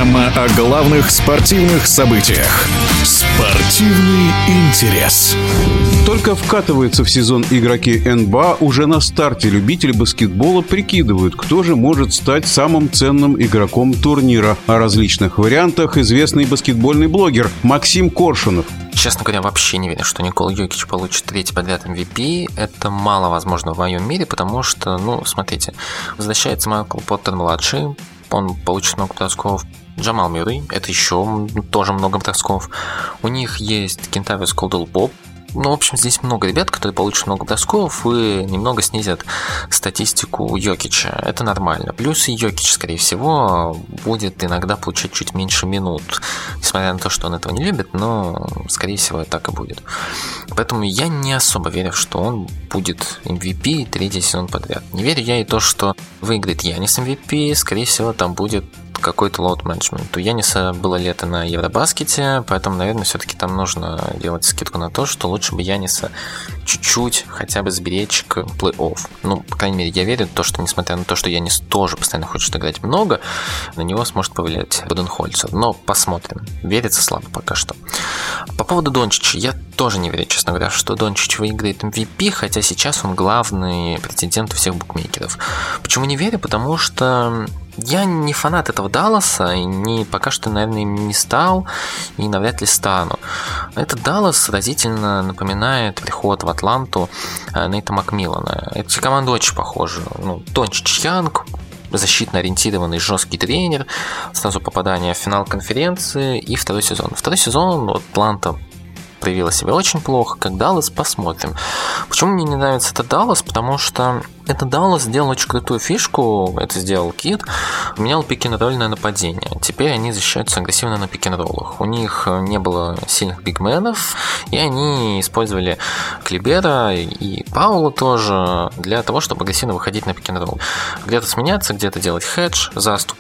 Программа о главных спортивных событиях. Спортивный интерес. Только вкатываются в сезон игроки НБА, уже на старте любители баскетбола прикидывают, кто же может стать самым ценным игроком турнира. О различных вариантах известный баскетбольный блогер Максим Коршунов. Честно говоря, вообще не верю, что Никола Йокич получит третий подряд MVP. Это мало возможно в моем мире, потому что, смотрите, возвращается Майкл Поттер-младший, он получит много бросков. Джамал Мюррей, это еще тоже много бросков. У них есть Кентавиус Колдуэлл-Поп. В общем, здесь много ребят, которые получат много бросков и немного снизят статистику Йокича. Это нормально. Плюс и Йокич, скорее всего, будет иногда получать чуть меньше минут. Несмотря на то, что он этого не любит, но, скорее всего, так и будет. Поэтому я не особо верю, что он будет MVP третий сезон подряд. Не верю я и то, что выиграет Янис MVP. Скорее всего, там будет какой-то лоуд-менеджмент. У Яниса было лето на Евробаскете, поэтому, наверное, все-таки там нужно делать скидку на то, что лучше бы Яниса чуть-чуть хотя бы сберечь к плей-офф. По крайней мере, я верю в то, что, несмотря на то, что Янис тоже постоянно хочет играть много, на него сможет повлиять Буденхольцер. Но посмотрим. Верится слабо пока что. По поводу Дончича, я тоже не верю, честно говоря, что Дончич выиграет MVP, хотя сейчас он главный претендент у всех букмекеров. Почему не верю? Потому что я не фанат этого Далласа, и пока что, наверное, им не стал, и навряд ли стану. Этот Даллас разительно напоминает приход в Атланту Нейта Макмиллана. Эти команды очень похожи. Дончич Янг, защитно ориентированный жесткий тренер, сразу попадание в финал конференции и второй сезон. Второй сезон Атланта проявила себя очень плохо, как Даллас, посмотрим. Почему мне не нравится этот Даллас? Потому что этот Даллас сделал очень крутую фишку, это сделал Кид, менял пик-н-ролльное нападение. Теперь они защищаются агрессивно на пик-н-роллах. У них не было сильных бигменов, и они использовали Клибера и Паула тоже для того, чтобы агрессивно выходить на пик-н-ролл. Где-то сменяться, где-то делать хедж, заступ.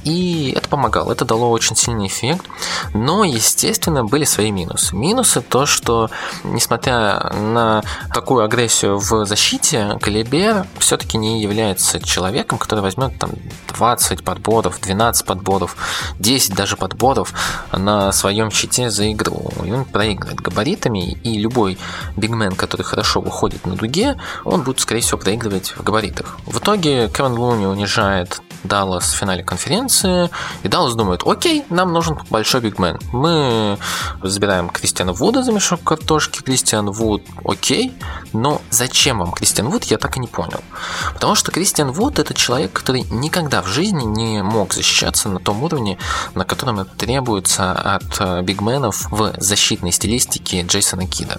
И это помогало, это дало очень сильный эффект. Но, естественно, были свои минусы. Минусы то, что, несмотря на такую агрессию в защите, Клибер все-таки не является человеком, который возьмет 20 подборов, 12 подборов, 10 даже подборов на своем щите за игру. И он проигрывает габаритами, и любой бигмен, который хорошо выходит на дуге, он будет, скорее всего, проигрывать в габаритах. В итоге Кевин Луни унижает Даллас в финале конференции, и Даллас думает: окей, нам нужен большой бигмен. Мы забираем Кристиана Вуда за мешок картошки. Кристиан Вуд, окей, но зачем вам Кристиан Вуд, я так и не понял. Потому что Кристиан Вуд — это человек, который никогда в жизни не мог защищаться на том уровне, на котором это требуется от бигменов в защитной стилистике Джейсона Кида.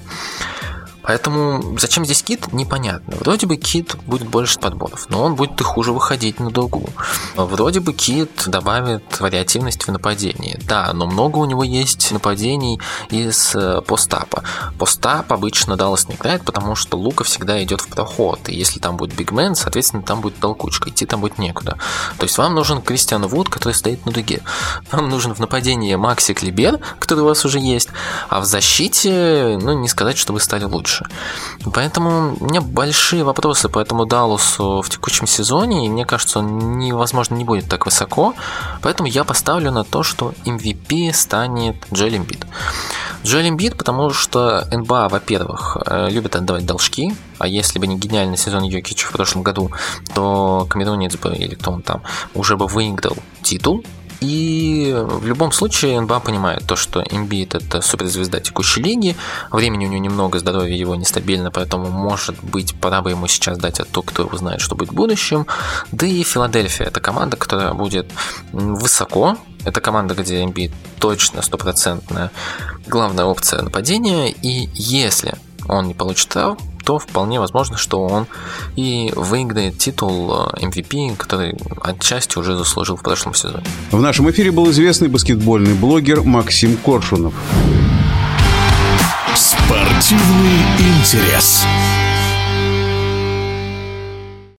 Поэтому зачем здесь Кид, непонятно. Вроде бы Кид будет больше подборов, но он будет и хуже выходить на дугу. Вроде бы Кид добавит вариативность в нападении. Да, но много у него есть нападений из постапа. Постап обычно Даллас не играет, потому что Лука всегда идет в проход. И если там будет бигмен, соответственно, там будет толкучка. Идти там будет некуда. То есть вам нужен Кристиан Вуд, который стоит на дуге. Вам нужен в нападении Макси Клибер, который у вас уже есть. А в защите, не сказать, что вы стали лучше. Поэтому у меня большие вопросы по этому Далласу в текущем сезоне, и мне кажется, он возможно не будет так высоко, поэтому я поставлю на то, что MVP станет Джоэл Эмбид. Джоэл Эмбид, потому что НБА, во-первых, любит отдавать должки, а если бы не гениальный сезон Йокича в прошлом году, то камерунец бы, или кто он там, уже бы выиграл титул. И в любом случае НБА понимает то, что Эмбид — это суперзвезда текущей лиги, времени у него немного, здоровье его нестабильно, поэтому, может быть, пора бы ему сейчас дать отток, кто его знает, что будет в будущем. Да и Филадельфия — это команда, которая будет высоко. Это команда, где Эмбид точно 100% главная опция нападения, и если он не получит травм, то вполне возможно, что он и выиграет титул MVP, который отчасти уже заслужил в прошлом сезоне. В нашем эфире был известный баскетбольный блогер Максим Коршунов. Спортивный интерес.